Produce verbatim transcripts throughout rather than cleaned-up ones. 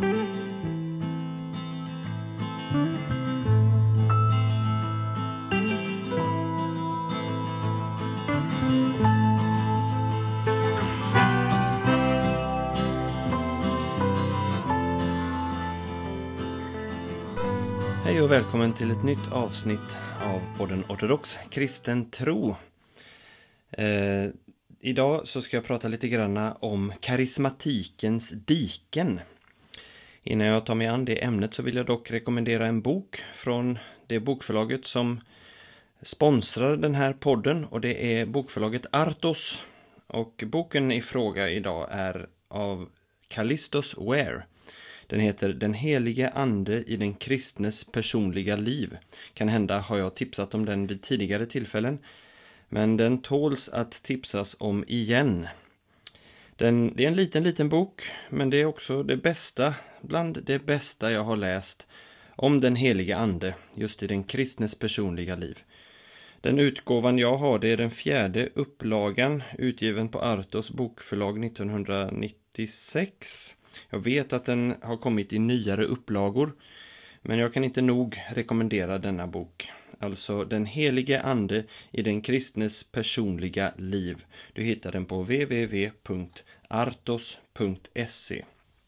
Hej och välkommen till ett nytt avsnitt av podden Ortodox kristen tro. Eh, idag så ska jag prata lite grann om karismatikens diken. Innan jag tar mig an det ämnet så vill jag dock rekommendera en bok från det bokförlaget som sponsrar den här podden, och det är bokförlaget Artos. Och boken i fråga idag är av Kallistos Ware. Den heter Den helige ande i den kristnes personliga liv. Kan hända har jag tipsat om den vid tidigare tillfällen, men den tåls att tipsas om igen. Den, det är en liten liten bok, men det är också det bästa, bland det bästa jag har läst om den helige ande just i den kristnes personliga liv. Den utgåvan jag har, det är den fjärde upplagan, utgiven på Artos bokförlag nittonhundranittiosex. Jag vet att den har kommit i nyare upplagor, men jag kan inte nog rekommendera denna bok. Alltså Den helige ande i den kristnes personliga liv. Du hittar den på w w w punkt artos punkt se.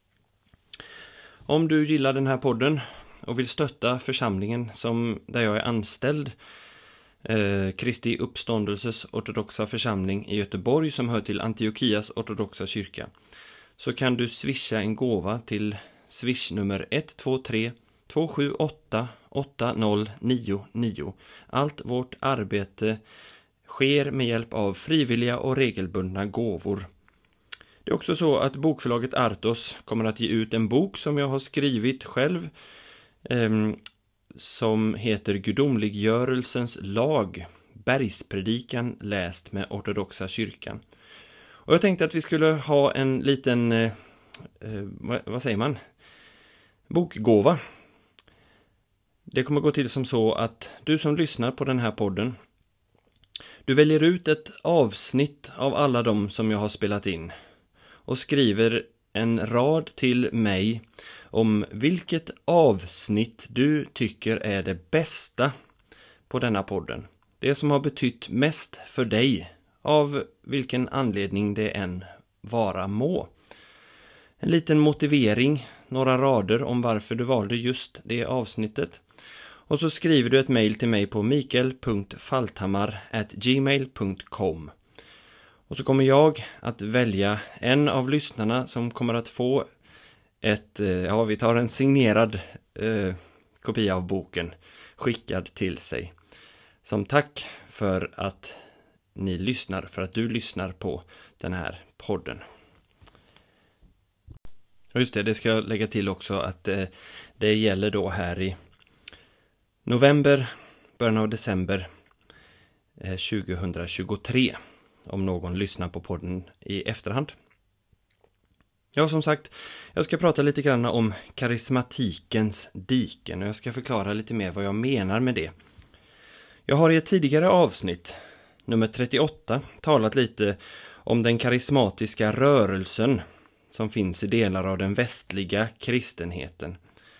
Om du gillar den här podden och vill stötta församlingen som där jag är anställd, eh, Kristi uppståndelses ortodoxa församling i Göteborg som hör till Antiochias ortodoxa kyrka, så kan du swisha en gåva till swish nummer ett två tre två sju åtta åtta noll nio nio. Allt vårt arbete sker med hjälp av frivilliga och regelbundna gåvor. Det är också så att bokförlaget Artos kommer att ge ut en bok som jag har skrivit själv, eh, som heter Gudomliggörelsens lag, bergspredikan läst med ortodoxa kyrkan. Och jag tänkte att vi skulle ha en liten, eh, vad, vad säger man, bokgåva. Det kommer gå till som så att du som lyssnar på den här podden, du väljer ut ett avsnitt av alla de som jag har spelat in och skriver en rad till mig om vilket avsnitt du tycker är det bästa på denna podden. Det som har betytt mest för dig, av vilken anledning det än vara må. En liten motivering, några rader om varför du valde just det avsnittet. Och så skriver du ett mejl till mig på mikael punkt falthammar at gmail punkt com. Och så kommer jag att välja en av lyssnarna som kommer att få ett, ja vi tar en signerad eh, kopia av boken skickad till sig. Som tack för att ni lyssnar, för att du lyssnar på den här podden. Och just det, det ska jag lägga till också att eh, det gäller då här i november, början av december eh, tjugohundratjugotre, om någon lyssnar på podden i efterhand. Ja, som sagt, jag ska prata lite grann om karismatikens diken och jag ska förklara lite mer vad jag menar med det. Jag har i ett tidigare avsnitt, nummer trettioåtta, talat lite om den karismatiska rörelsen som finns i delar av den västliga kristenheten.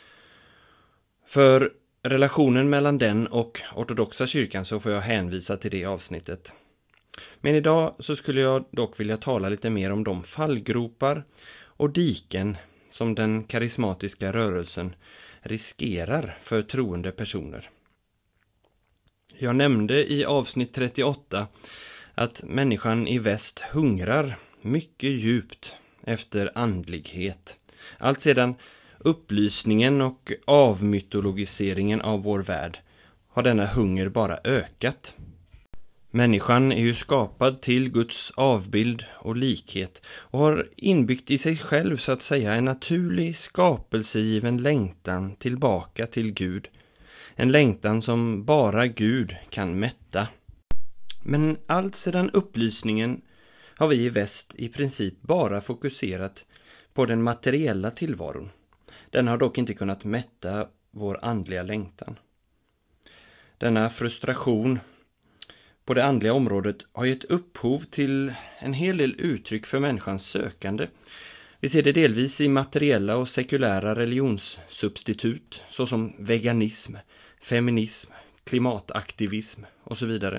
För relationen mellan den och ortodoxa kyrkan så får jag hänvisa till det avsnittet. Men idag så skulle jag dock vilja tala lite mer om de fallgropar och diken som den karismatiska rörelsen riskerar för troende personer. Jag nämnde i avsnitt trettioåtta att människan i väst hungrar mycket djupt efter andlighet. Allt sedan upplysningen och avmytologiseringen av vår värld har denna hunger bara ökat. Människan är ju skapad till Guds avbild och likhet och har inbyggt i sig själv så att säga en naturlig skapelsegiven längtan tillbaka till Gud. En längtan som bara Gud kan mätta. Men allt sedan upplysningen har vi i väst i princip bara fokuserat på den materiella tillvaron. Den har dock inte kunnat mätta vår andliga längtan. Denna frustration på det andliga området har gett upphov till en hel del uttryck för människans sökande. Vi ser det delvis i materiella och sekulära religionssubstitut såsom veganism, feminism, klimataktivism och så vidare.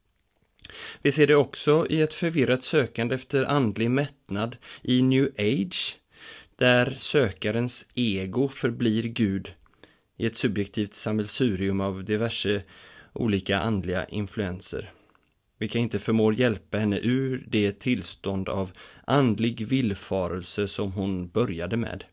Vi ser det också i ett förvirrat sökande efter andlig mättnad i New Age, där sökarens ego förblir Gud i ett subjektivt sammelsurium av diverse olika andliga influenser, vilka inte förmår hjälpa henne ur det tillstånd av andlig villfarelse som hon började med.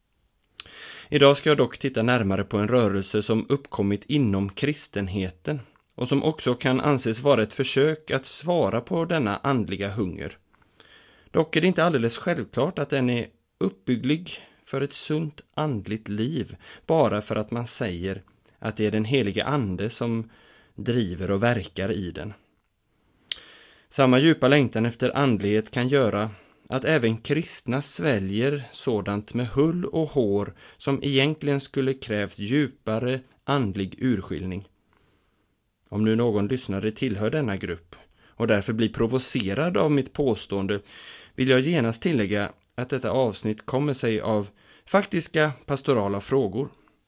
Idag ska jag dock titta närmare på en rörelse som uppkommit inom kristenheten och som också kan anses vara ett försök att svara på denna andliga hunger. Dock är det inte alldeles självklart att den är uppbygglig för ett sunt andligt liv bara för att man säger att det är den heliga ande som driver och verkar i den. Samma djupa längtan efter andlighet kan göra att även kristna sväljer sådant med hull och hår som egentligen skulle krävt djupare andlig urskiljning. Om nu någon lyssnare tillhör denna grupp och därför blir provocerad av mitt påstående vill jag genast tillägga att detta avsnitt kommer sig av faktiska pastorala frågor.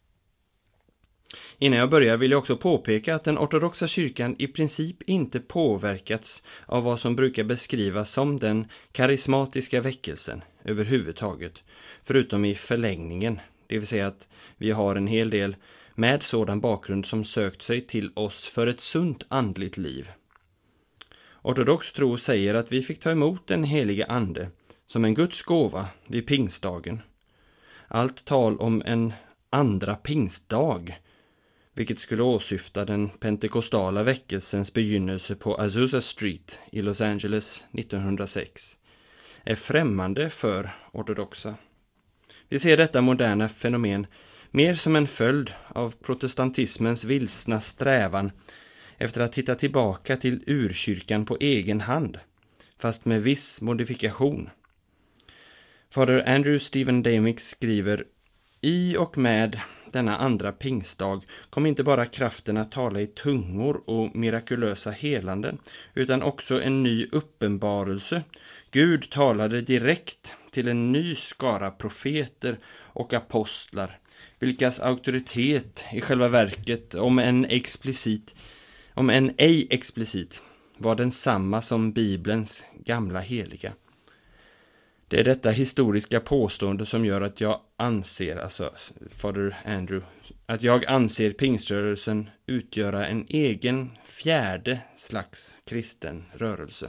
Innan jag börjar vill jag också påpeka att den ortodoxa kyrkan i princip inte påverkats av vad som brukar beskrivas som den karismatiska väckelsen överhuvudtaget, förutom i förlängningen, det vill säga att vi har en hel del med sådan bakgrund som sökt sig till oss för ett sunt andligt liv. Ortodox tro säger att vi fick ta emot den heliga ande som en Guds gåva vid pingstdagen. Allt tal om en andra pingstdag, vilket skulle åsyfta den pentekostala väckelsens begynnelse på Azusa Street i Los Angeles nittonhundrasex, är främmande för ortodoxa. Vi ser detta moderna fenomen mer som en följd av protestantismens vilsna strävan efter att hitta tillbaka till urkyrkan på egen hand, fast med viss modifikation. Fader Andrew Stephen Damick skriver: i och med denna andra pingstdag kom inte bara kraften att tala i tungor och mirakulösa helanden, utan också en ny uppenbarelse. Gud talade direkt till en ny skara profeter och apostlar, vilkas auktoritet i själva verket, om en explicit, om en ej explicit, var densamma som Bibelns gamla heliga. Det är detta historiska påstående som gör att jag anser, alltså Fader Andrew, att jag anser pingströrelsen utgöra en egen fjärde slags kristen rörelse.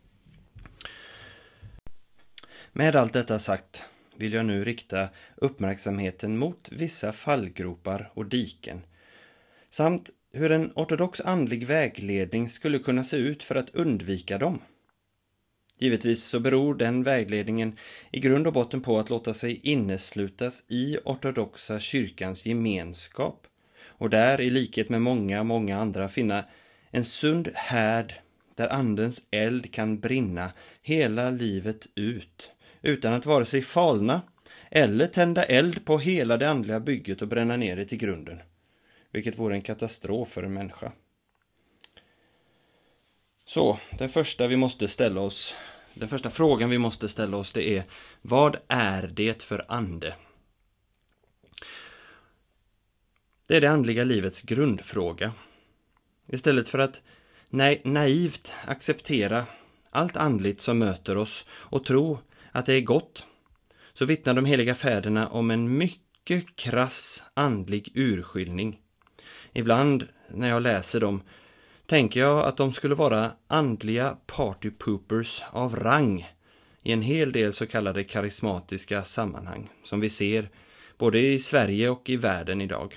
Med allt detta sagt vill jag nu rikta uppmärksamheten mot vissa fallgropar och diken, samt hur en ortodox andlig vägledning skulle kunna se ut för att undvika dem. Givetvis så beror den vägledningen i grund och botten på att låta sig inneslutas i ortodoxa kyrkans gemenskap och där i likhet med många, många andra finna en sund härd där andens eld kan brinna hela livet ut utan att vare sig falna eller tända eld på hela det andliga bygget och bränna ner det till grunden, vilket vore en katastrof för en människa. Så, den första vi måste ställa oss, den första frågan vi måste ställa oss det är: vad är det för ande? Det är det andliga livets grundfråga. Istället för att na- naivt acceptera allt andligt som möter oss och tro att det är gott, så vittnar de heliga fäderna om en mycket krass andlig urskiljning. Ibland när jag läser dem tänker jag att de skulle vara andliga partypoopers av rang i en hel del så kallade karismatiska sammanhang som vi ser både i Sverige och i världen idag.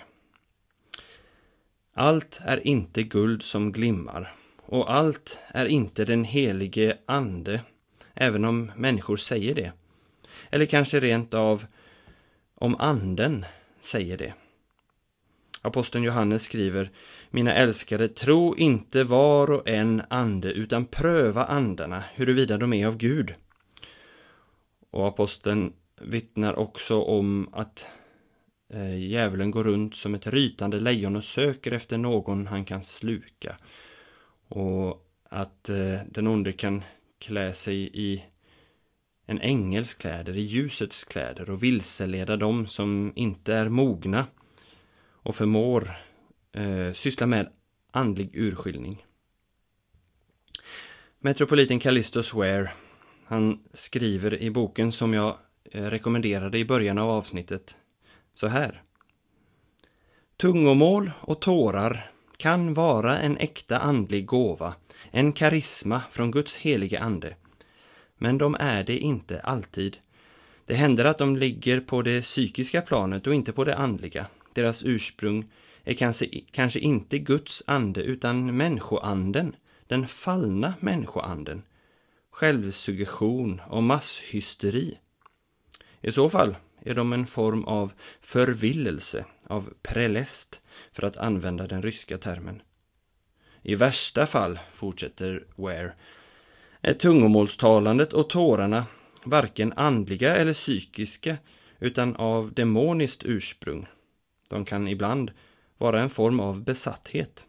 Allt är inte guld som glimmar och allt är inte den helige ande, även om människor säger det. Eller kanske rent av om anden säger det. Aposteln Johannes skriver: mina älskade, tro inte var och en ande utan pröva andarna huruvida de är av Gud. Och aposteln vittnar också om att eh, djävulen går runt som ett rytande lejon och söker efter någon han kan sluka. Och att eh, den onde kan klä sig i en ängels kläder, i ljusets kläder och vilseleda dem som inte är mogna och förmår eh, syssla med andlig urskiljning. Metropoliten Callistus Ware, han skriver i boken som jag eh, rekommenderade i början av avsnittet så här: tungomål och tårar kan vara en äkta andlig gåva, en karisma från Guds helige ande. Men de är det inte alltid. Det händer att de ligger på det psykiska planet och inte på det andliga. Deras ursprung är kanske, kanske inte Guds ande utan människoanden, den fallna människoanden, självsuggestion och masshysteri. I så fall är de en form av förvillelse, av prelest, för att använda den ryska termen. I värsta fall, fortsätter Ware, är tungomålstalandet och tårarna varken andliga eller psykiska utan av demoniskt ursprung. De kan ibland vara en form av besatthet.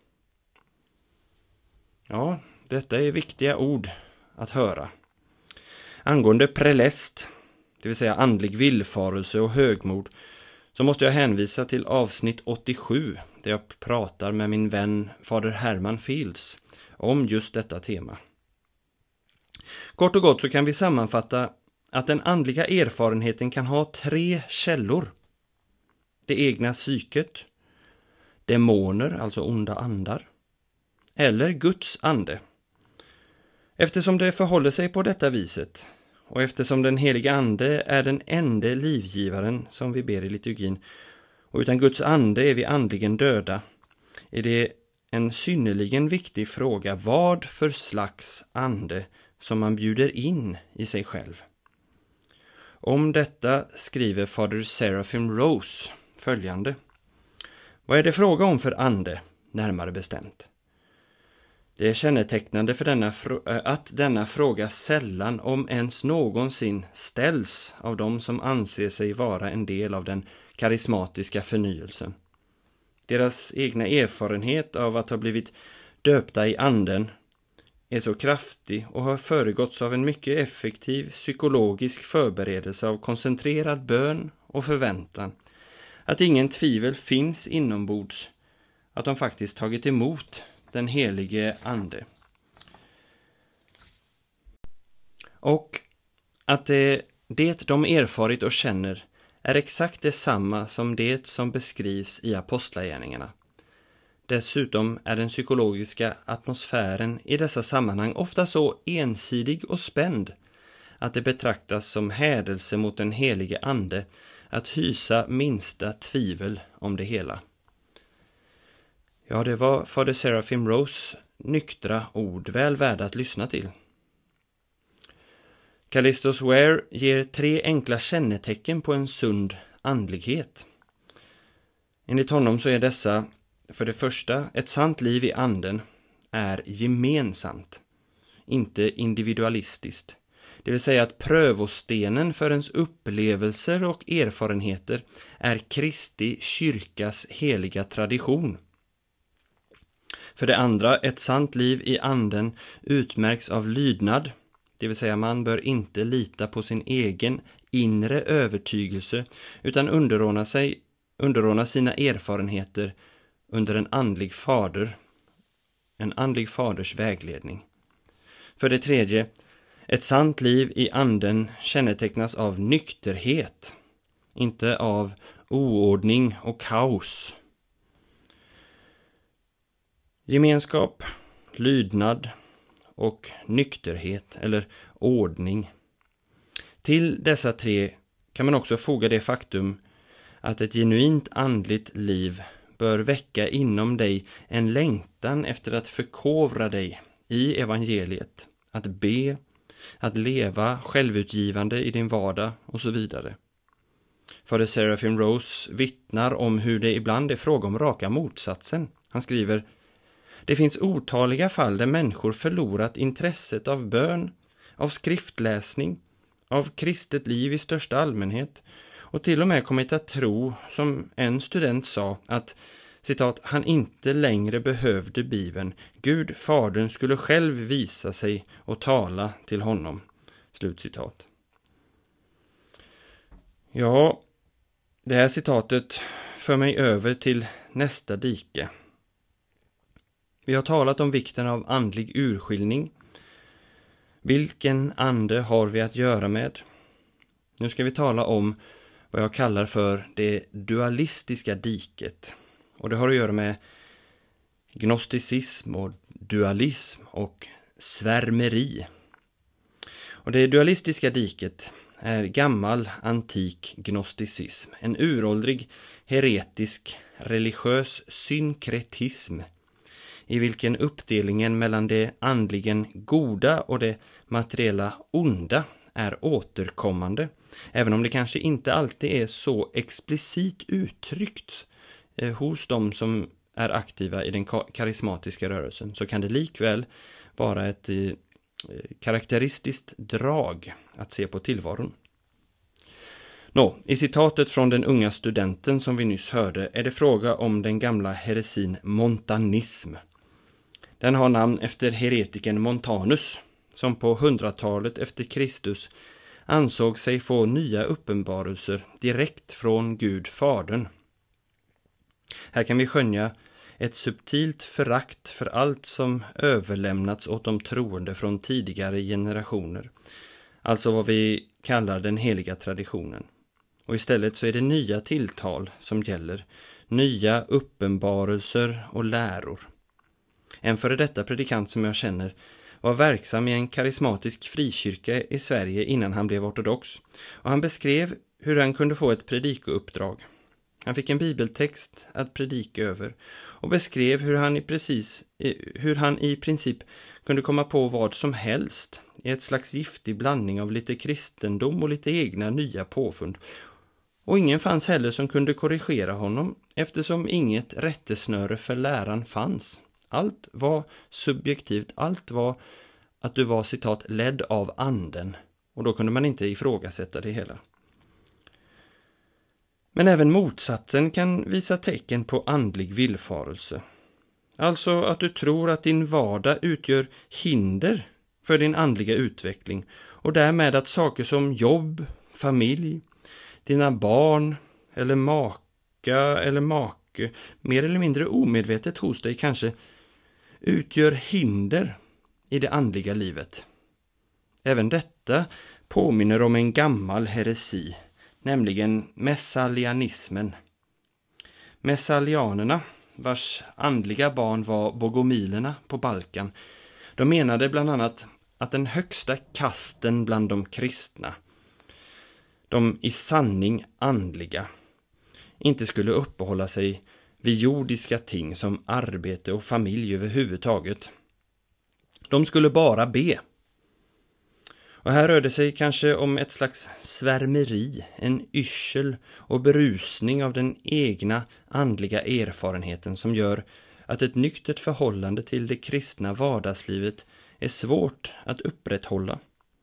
Ja, detta är viktiga ord att höra. Angående prelest, det vill säga andlig villfarelse och högmod, så måste jag hänvisa till avsnitt åttiosju där jag pratar med min vän fader Herman Fields om just detta tema. Kort och gott så kan vi sammanfatta att den andliga erfarenheten kan ha tre källor. Det egna psyket, demoner, alltså onda andar, eller Guds ande. Eftersom det förhåller sig på detta viset, och eftersom den heliga ande är den enda livgivaren som vi ber i liturgin, och utan Guds ande är vi andligen döda, är det en synnerligen viktig fråga vad för slags ande som man bjuder in i sig själv. Om detta skriver fader Seraphim Rose följande: vad är det fråga om för ande, närmare bestämt? Det är kännetecknande för denna att denna fråga sällan, om ens någonsin, ställs av dem som anser sig vara en del av den karismatiska förnyelsen. Deras egna erfarenhet av att ha blivit döpta i anden är så kraftig och har föregåtts av en mycket effektiv psykologisk förberedelse av koncentrerad bön och förväntan, att ingen tvivel finns inombords att de faktiskt tagit emot den helige ande. Och att det, det de erfarit och känner är exakt detsamma som det som beskrivs i apostlagärningarna. Dessutom är den psykologiska atmosfären i dessa sammanhang ofta så ensidig och spänd att det betraktas som hädelse mot den helige ande att hysa minsta tvivel om det hela. Ja, det var fader Seraphim Rose nyktra ord, väl värda att lyssna till. Callistus Ware ger tre enkla kännetecken på en sund andlighet. Enligt honom så är dessa: för det första, ett sant liv i anden är gemensamt, inte individualistiskt. Det vill säga att prövostenen för ens upplevelser och erfarenheter är Kristi kyrkas heliga tradition. För det andra, ett sant liv i anden utmärks av lydnad, det vill säga man bör inte lita på sin egen inre övertygelse utan underordna sig, underordna sina erfarenheter under en andlig fader, en andlig faders vägledning. För det tredje, ett sant liv i anden kännetecknas av nykterhet, inte av oordning och kaos. Gemenskap, lydnad och nykterhet eller ordning. Till dessa tre kan man också foga det faktum att ett genuint andligt liv bör väcka inom dig en längtan efter att förkovra dig i evangeliet, att be, att leva självutgivande i din vardag och så vidare. Fader Seraphim Rose vittnar om hur det ibland är fråga om raka motsatsen. Han skriver: det finns otaliga fall där människor förlorat intresset av bön, av skriftläsning, av kristet liv i största allmänhet och till och med kommit att tro, som en student sa, att citat, han inte längre behövde Bibeln. Gud, fadern, skulle själv visa sig och tala till honom. Slutcitat. Ja, det här citatet för mig över till nästa dike. Vi har talat om vikten av andlig urskiljning. Vilken ande har vi att göra med? Nu ska vi tala om vad jag kallar för det dualistiska diket. Och det har att göra med gnosticism och dualism och svärmeri. Och det dualistiska diket är gammal antik gnosticism, en uråldrig heretisk religiös synkretism i vilken uppdelningen mellan det andligen goda och det materiella onda är återkommande, även om det kanske inte alltid är så explicit uttryckt eh, hos de som är aktiva i den karismatiska rörelsen, så kan det likväl vara ett eh, karaktäristiskt drag att se på tillvaron. Nå, i citatet från den unga studenten som vi nyss hörde är det fråga om den gamla heresin montanism. Den har namn efter heretiken Montanus, som på hundratalet efter Kristus ansåg sig få nya uppenbarelser direkt från Gud Fadern. Här kan vi skönja ett subtilt förakt för allt som överlämnats åt de troende från tidigare generationer, alltså vad vi kallar den heliga traditionen. Och istället så är det nya tilltal som gäller, nya uppenbarelser och läror. En före detta predikant som jag känner var verksam i en karismatisk frikyrka i Sverige innan han blev ortodox, och han beskrev hur han kunde få ett predikouppdrag. Han fick en bibeltext att predika över och beskrev hur han, i precis, hur han i princip kunde komma på vad som helst i ett slags giftig blandning av lite kristendom och lite egna nya påfund. Och ingen fanns heller som kunde korrigera honom, eftersom inget rättesnöre för läran fanns. Allt var subjektivt, allt var att du var citat ledd av anden, och då kunde man inte ifrågasätta det hela. Men även motsatsen kan visa tecken på andlig villfarelse. Alltså att du tror att din vardag utgör hinder för din andliga utveckling, och därmed att saker som jobb, familj, dina barn eller maka eller make mer eller mindre omedvetet hos dig kanske utgör hinder i det andliga livet. Även detta påminner om en gammal heresi, nämligen messalianismen. Messalianerna, vars andliga barn var bogomilerna på Balkan, de menade bland annat att den högsta kasten bland de kristna, de i sanning andliga, inte skulle uppehålla sig vid jordiska ting som arbete och familj överhuvudtaget. De skulle bara be. Och här rör det sig kanske om ett slags svärmeri, en yrsel och berusning av den egna andliga erfarenheten som gör att ett nyktert förhållande till det kristna vardagslivet är svårt att upprätthålla.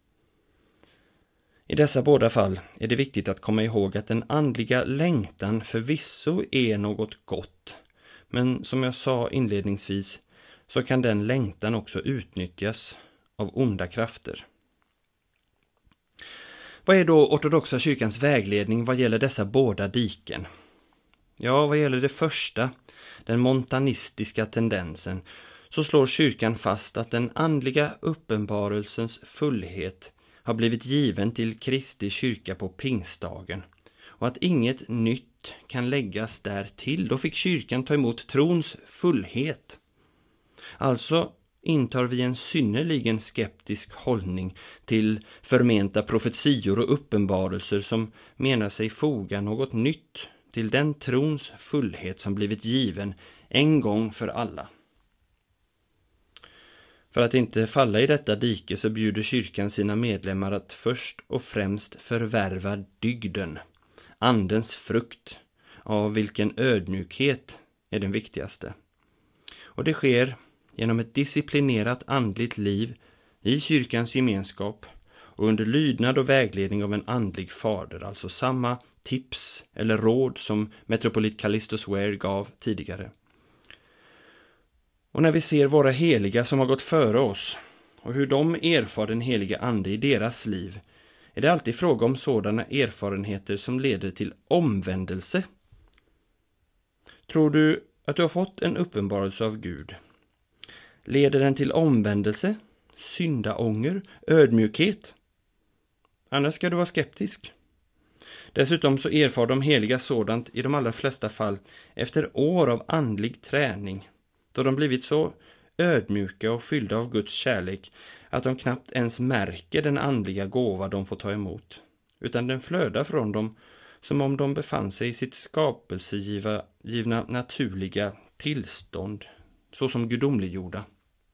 I dessa båda fall är det viktigt att komma ihåg att den andliga längtan förvisso är något gott, men som jag sa inledningsvis så kan den längtan också utnyttjas av onda krafter. Vad är då ortodoxa kyrkans vägledning vad gäller dessa båda diken? Ja, vad gäller det första, den montanistiska tendensen, så slår kyrkan fast att den andliga uppenbarelsens fullhet har blivit given till Kristi kyrka på pingstdagen, och att inget nytt kan läggas där till. Då fick kyrkan ta emot trons fullhet. Alltså intar vi en synnerligen skeptisk hållning till förmenta profetior och uppenbarelser som menar sig foga något nytt till den trons fullhet som blivit given en gång för alla. För att inte falla i detta dike så bjuder kyrkan sina medlemmar att först och främst förvärva dygden, andens frukt, av vilken ödmjukhet är den viktigaste. Och det sker genom ett disciplinerat andligt liv i kyrkans gemenskap och under lydnad och vägledning av en andlig fader, alltså samma tips eller råd som metropolit Callistus Ware gav tidigare. Och när vi ser våra heliga som har gått före oss och hur de erfar den heliga ande i deras liv, är det alltid fråga om sådana erfarenheter som leder till omvändelse. Tror du att du har fått en uppenbarelse av Gud? Leder den till omvändelse, syndaånger, ödmjukhet? Annars ska du vara skeptisk. Dessutom så erfar de heliga sådant i de allra flesta fall efter år av andlig träning, då de blivit så ödmjuka och fyllda av Guds kärlek att de knappt ens märker den andliga gåva de får ta emot, utan den flödar från dem som om de befann sig i sitt skapelsegivna naturliga tillstånd, så som gudomliggjorda.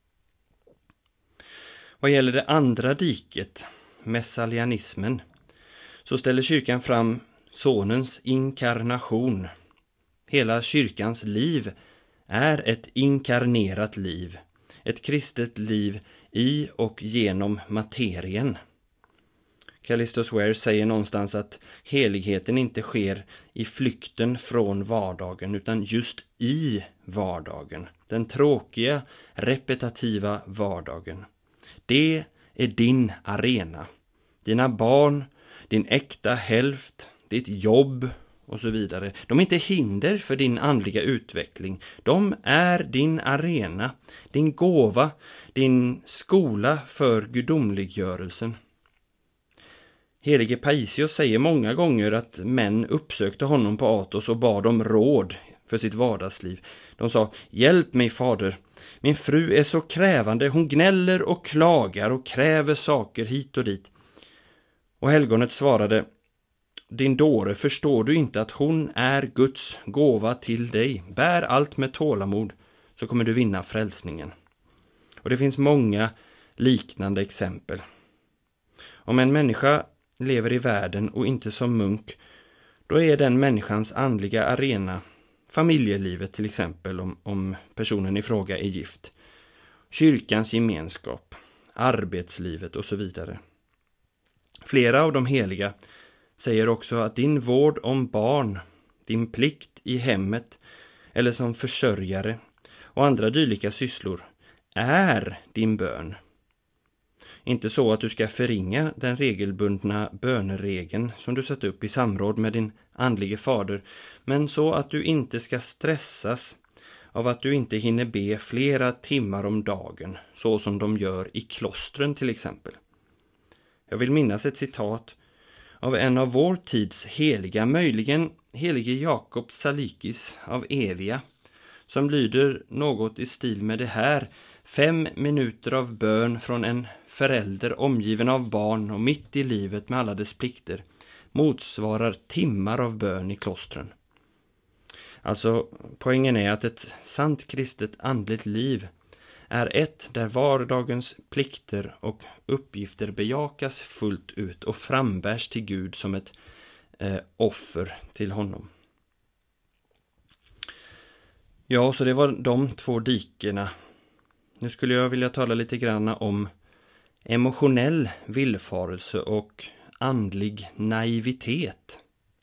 Vad gäller det andra diket, messianismen, så ställer kyrkan fram sonens inkarnation. Hela kyrkans liv är ett inkarnerat liv, ett kristet liv i och genom materien. Callistus Ware säger någonstans att heligheten inte sker i flykten från vardagen utan just i vardagen. Den tråkiga, repetitiva vardagen. Det är din arena. Dina barn, din äkta hälft, ditt jobb och så vidare. De är inte hinder för din andliga utveckling. De är din arena, din gåva, din skola för gudomliggörelsen. Helige Paisios säger många gånger att män uppsökte honom på Athos och bad om råd för sitt vardagsliv. De sa: hjälp mig, fader. Min fru är så krävande, hon gnäller och klagar och kräver saker hit och dit. Och helgonet svarade: din dåre, förstår du inte att hon är Guds gåva till dig? Bär allt med tålamod, så kommer du vinna frälsningen. Och det finns många liknande exempel. Om en människa lever i världen och inte som munk, då är den människans andliga arena familjelivet, till exempel om, om personen i fråga är gift, kyrkans gemenskap, arbetslivet och så vidare. Flera av de heliga säger också att din vård om barn, din plikt i hemmet eller som försörjare och andra dylika sysslor är din bön. Inte så att du ska förringa den regelbundna böneregeln som du satt upp i samråd med din andlige fader, men så att du inte ska stressas av att du inte hinner be flera timmar om dagen, så som de gör i klostren till exempel. Jag vill minnas ett citat av en av vår tids heliga, möjligen helige Jakob Salikis av Evia, som lyder något i stil med det här: fem minuter av bön från en förälder omgiven av barn och mitt i livet med alla dess plikter motsvarar timmar av bön i klostren. Alltså, poängen är att ett sant kristet andligt liv är ett där vardagens plikter och uppgifter bejakas fullt ut och frambärs till Gud som ett eh, offer till honom. Ja, så det var de två dikena. Nu skulle jag vilja tala lite grann om emotionell villfarelse och andlig naivitet.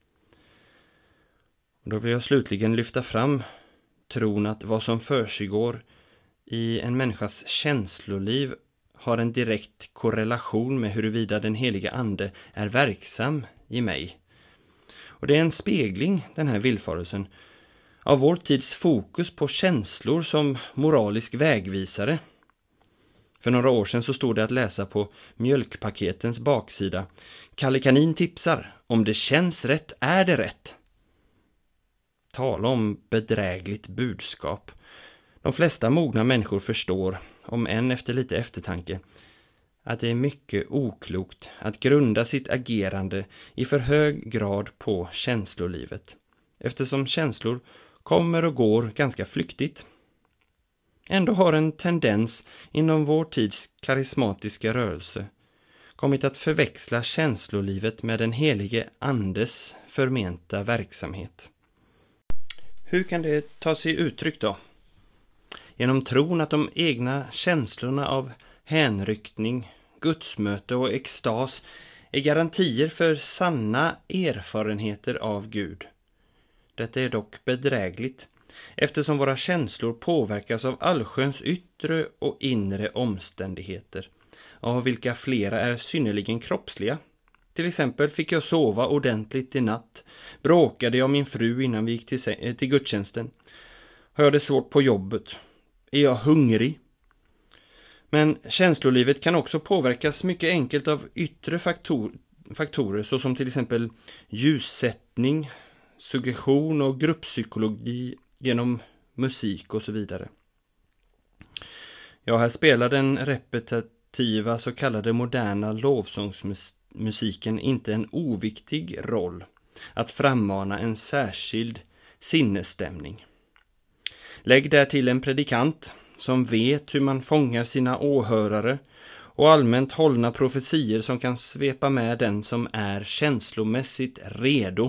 Då vill jag slutligen lyfta fram tron att vad som försiggår i en människas känsloliv har en direkt korrelation med huruvida den heliga ande är verksam i mig. Och det är en spegling, den här villfarelsen, av vår tids fokus på känslor som moralisk vägvisare. För några år sedan så stod det att läsa på mjölkpaketens baksida: Kalle Kanin tipsar, om det känns rätt är det rätt. Tala om bedrägligt budskap. De flesta mogna människor förstår, om än efter lite eftertanke, att det är mycket oklokt att grunda sitt agerande i för hög grad på känslolivet, eftersom känslor kommer och går ganska flyktigt. Ändå har en tendens inom vår tids karismatiska rörelse kommit att förväxla känslolivet med den helige andes förmenta verksamhet. Hur kan det ta sig uttryck då? Genom tron att de egna känslorna av hänryckning, gudsmöte och extas är garantier för sanna erfarenheter av Gud. Detta är dock bedrägligt, eftersom våra känslor påverkas av allsköns yttre och inre omständigheter, av vilka flera är synnerligen kroppsliga. Till exempel fick jag sova ordentligt i natt. Bråkade jag min fru innan vi gick till, till gudstjänsten. Har jag det svårt på jobbet? Är jag hungrig? Men känslolivet kan också påverkas mycket enkelt av yttre faktor, faktorer såsom till exempel ljussättning, suggestion och grupppsykologi genom musik och så vidare. Ja, här spelar den repetitiva så kallade moderna lovsångsmusiken inte en oviktig roll att frammana en särskild sinnesstämning. Lägg där till en predikant som vet hur man fångar sina åhörare och allmänt hållna profetier som kan svepa med den som är känslomässigt redo.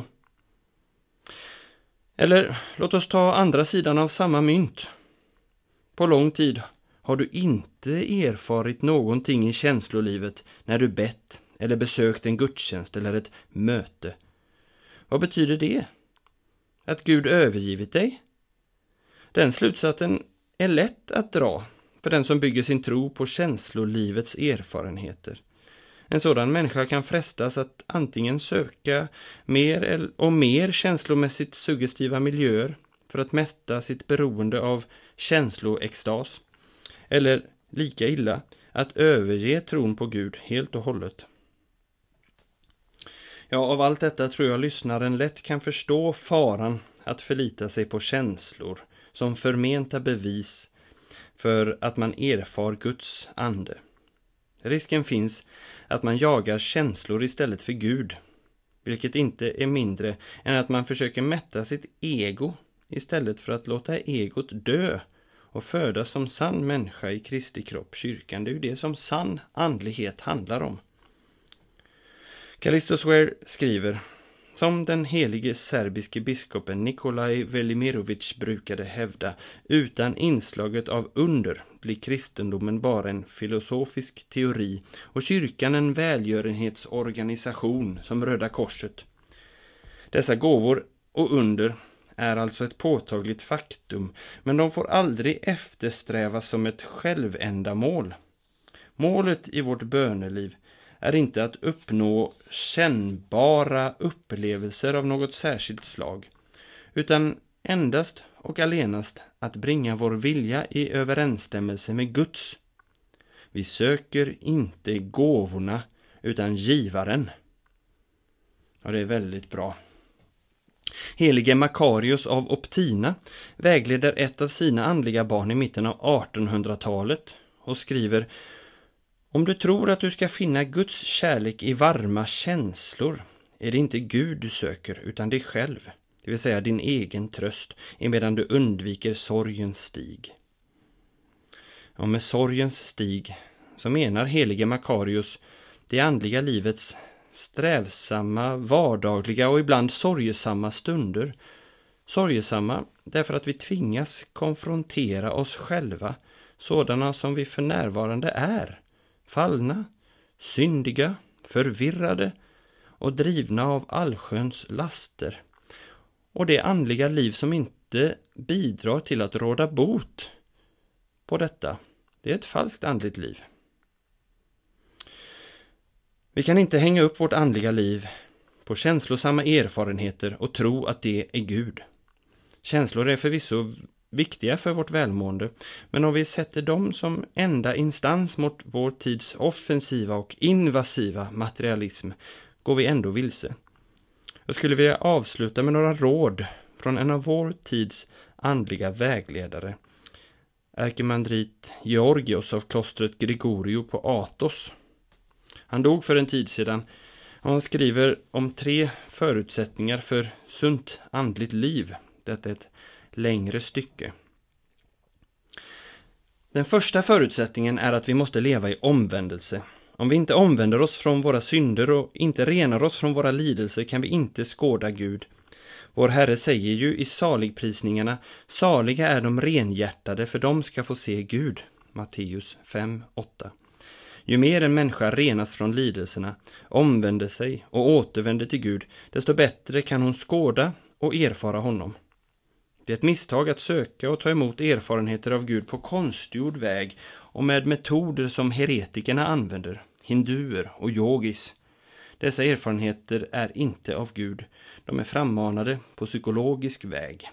Eller låt oss ta andra sidan av samma mynt. På lång tid har du inte erfarit någonting i känslolivet när du bett eller besökt en gudstjänst eller ett möte. Vad betyder det? Att Gud övergivit dig? Den slutsatsen är lätt att dra för den som bygger sin tro på känslolivets erfarenheter. En sådan människa kan frestas att antingen söka mer och mer känslomässigt suggestiva miljöer för att mätta sitt beroende av känsloextas, eller lika illa att överge tron på Gud helt och hållet. Ja, av allt detta tror jag lyssnaren lätt kan förstå faran att förlita sig på känslor som förmenta bevis för att man erfar Guds ande. Risken finns att man jagar känslor istället för Gud, vilket inte är mindre än att man försöker mätta sitt ego istället för att låta egot dö och födas som sann människa i Kristi kropp, kyrkan. Det är ju det som sann andlighet handlar om. Callistus Ware skriver: som den helige serbiske biskopen Nikolaj Velimirovic brukade hävda, utan inslaget av under blir kristendomen bara en filosofisk teori och kyrkan en välgörenhetsorganisation som Röda Korset. Dessa gåvor och under är alltså ett påtagligt faktum, men de får aldrig eftersträvas som ett självändamål. Målet i vårt böneliv är inte att uppnå kännbara upplevelser av något särskilt slag, utan endast och allenast att bringa vår vilja i överensstämmelse med Guds. Vi söker inte gåvorna utan givaren. Ja, det är väldigt bra. Helige Makarios av Optina vägleder ett av sina andliga barn i mitten av artonhundratalet och skriver: om du tror att du ska finna Guds kärlek i varma känslor är det inte Gud du söker utan dig själv, det vill säga din egen tröst, emedan du undviker sorgens stig. Och med sorgens stig så menar helige Makarios det andliga livets strävsamma, vardagliga och ibland sorgesamma stunder. Sorgesamma därför att vi tvingas konfrontera oss själva, sådana som vi för närvarande är. Fallna, syndiga, förvirrade och drivna av allsköns laster. Och det andliga liv som inte bidrar till att råda bot på detta, det är ett falskt andligt liv. Vi kan inte hänga upp vårt andliga liv på känslosamma erfarenheter och tro att det är Gud. Känslor är förvisso viktiga för vårt välmående, men om vi sätter dem som enda instans mot vår tids offensiva och invasiva materialism går vi ändå vilse. Jag skulle vilja avsluta med några råd från en av vår tids andliga vägledare, ärkemandrit Georgios av klostret Gregorio på Athos. Han dog för en tid sedan och han skriver om tre förutsättningar för sunt andligt liv. Detta är ett längre stycke. Den första förutsättningen är att vi måste leva i omvändelse. Om vi inte omvänder oss från våra synder och inte renar oss från våra lidelser kan vi inte skåda Gud. Vår Herre säger ju i saligprisningarna: saliga är de renhjärtade, för de ska få se Gud. Matteus fem åtta. Ju mer en människa renas från lidelserna, omvänder sig och återvänder till Gud, desto bättre kan hon skåda och erfara honom. Det är ett misstag att söka och ta emot erfarenheter av Gud på konstgjord väg och med metoder som heretikerna använder, hinduer och yogis. Dessa erfarenheter är inte av Gud. De är frammanade på psykologisk väg.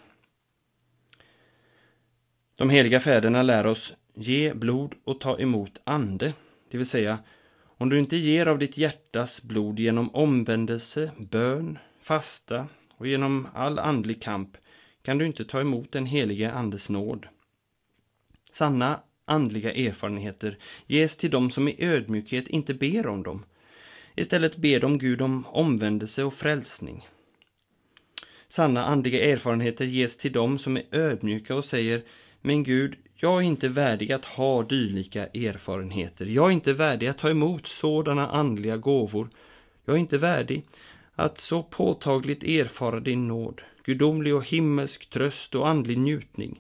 De heliga fäderna lär oss ge blod och ta emot ande. Det vill säga, om du inte ger av ditt hjärtas blod genom omvändelse, bön, fasta och genom all andlig kamp kan du inte ta emot den helige andes nåd. Sanna andliga erfarenheter ges till dem som i ödmjukhet inte ber om dem. Istället ber de Gud om omvändelse och frälsning. Sanna andliga erfarenheter ges till dem som är ödmjuka och säger: men Gud, jag är inte värdig att ha dylika erfarenheter. Jag är inte värdig att ta emot sådana andliga gåvor. Jag är inte värdig att så påtagligt erfara din nåd, gudomlig och himmelsk tröst och andlig njutning.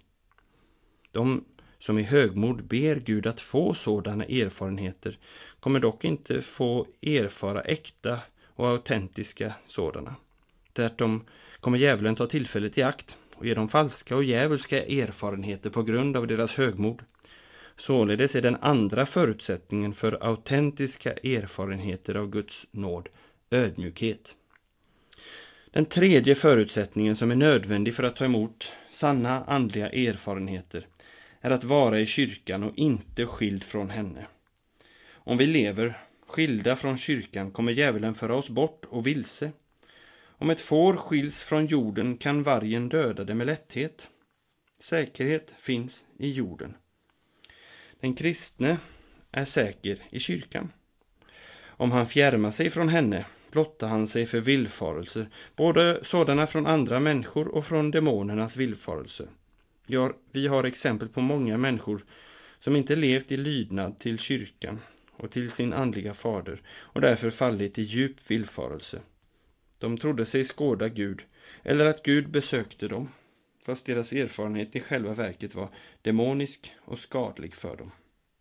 De som i högmod ber Gud att få sådana erfarenheter kommer dock inte få erfara äkta och autentiska sådana. Tvärtom kommer djävulen ta tillfället i akt och ge dem falska och djävulska erfarenheter på grund av deras högmod. Således är den andra förutsättningen för autentiska erfarenheter av Guds nåd ödmjukhet. Den tredje förutsättningen som är nödvändig för att ta emot sanna andliga erfarenheter är att vara i kyrkan och inte skild från henne. Om vi lever skilda från kyrkan kommer djävulen föra oss bort och vilse. Om ett får skiljs från jorden kan vargen döda det med lätthet. Säkerhet finns i jorden. Den kristne är säker i kyrkan. Om han fjärmar sig från henne blottar han sig för villfarelser, både sådana från andra människor och från demonernas villfarelser. Ja, vi har exempel på många människor som inte levt i lydnad till kyrkan och till sin andliga fader och därför fallit i djup villfarelse. De trodde sig skåda Gud eller att Gud besökte dem, fast deras erfarenhet i själva verket var demonisk och skadlig för dem.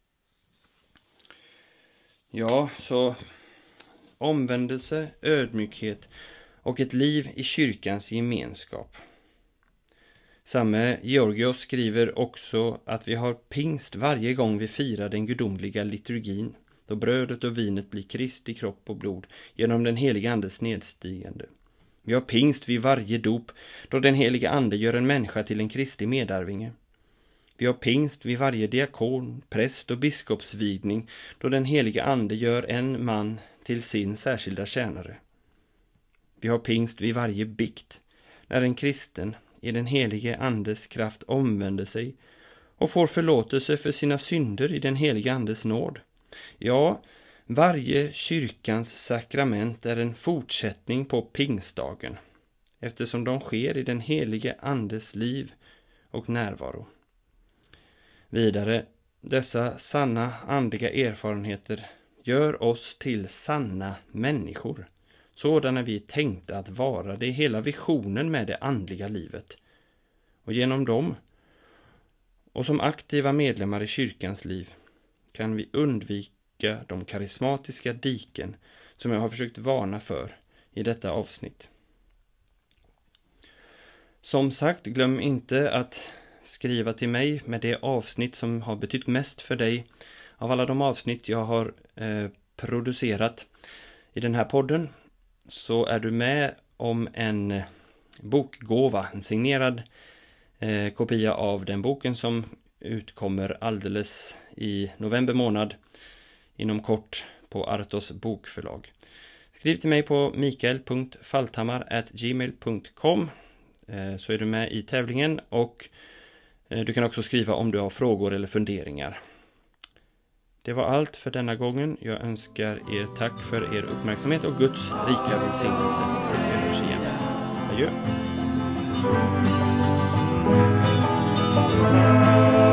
Ja, så omvändelse, ödmjukhet och ett liv i kyrkans gemenskap. Samme Georgios skriver också att vi har pingst varje gång vi firar den gudomliga liturgin, då brödet och vinet blir Kristi kropp och blod genom den heliga andes nedstigande. Vi har pingst vid varje dop, då den heliga ande gör en människa till en Kristi medarvinge. Vi har pingst vid varje diakon, präst och biskopsvigning, då den heliga ande gör en man till sin särskilda tjänare. Vi har pingst vid varje bikt, när en kristen i den helige andes kraft omvänder sig och får förlåtelse för sina synder i den helige andes nåd. Ja, varje kyrkans sakrament är en fortsättning på pingstdagen, eftersom de sker i den helige andes liv och närvaro. Vidare, dessa sanna andliga erfarenheter gör oss till sanna människor, sådana vi är tänkta att vara. Det är hela visionen med det andliga livet. Och genom dem, och som aktiva medlemmar i kyrkans liv, kan vi undvika de karismatiska diken som jag har försökt varna för i detta avsnitt. Som sagt, glöm inte att skriva till mig med det avsnitt som har betytt mest för dig av alla de avsnitt jag har eh, producerat i den här podden. Så är du med om en bokgåva, en signerad eh, kopia av den boken som utkommer alldeles i november månad inom kort på Artos bokförlag. Skriv till mig på mikael punkt falthammar at gmail punkt com eh, så är du med i tävlingen, och eh, du kan också skriva om du har frågor eller funderingar. Det var allt för denna gången. Jag önskar er tack för er uppmärksamhet och Guds rika välsignelse. Vi ses igen. Adjö.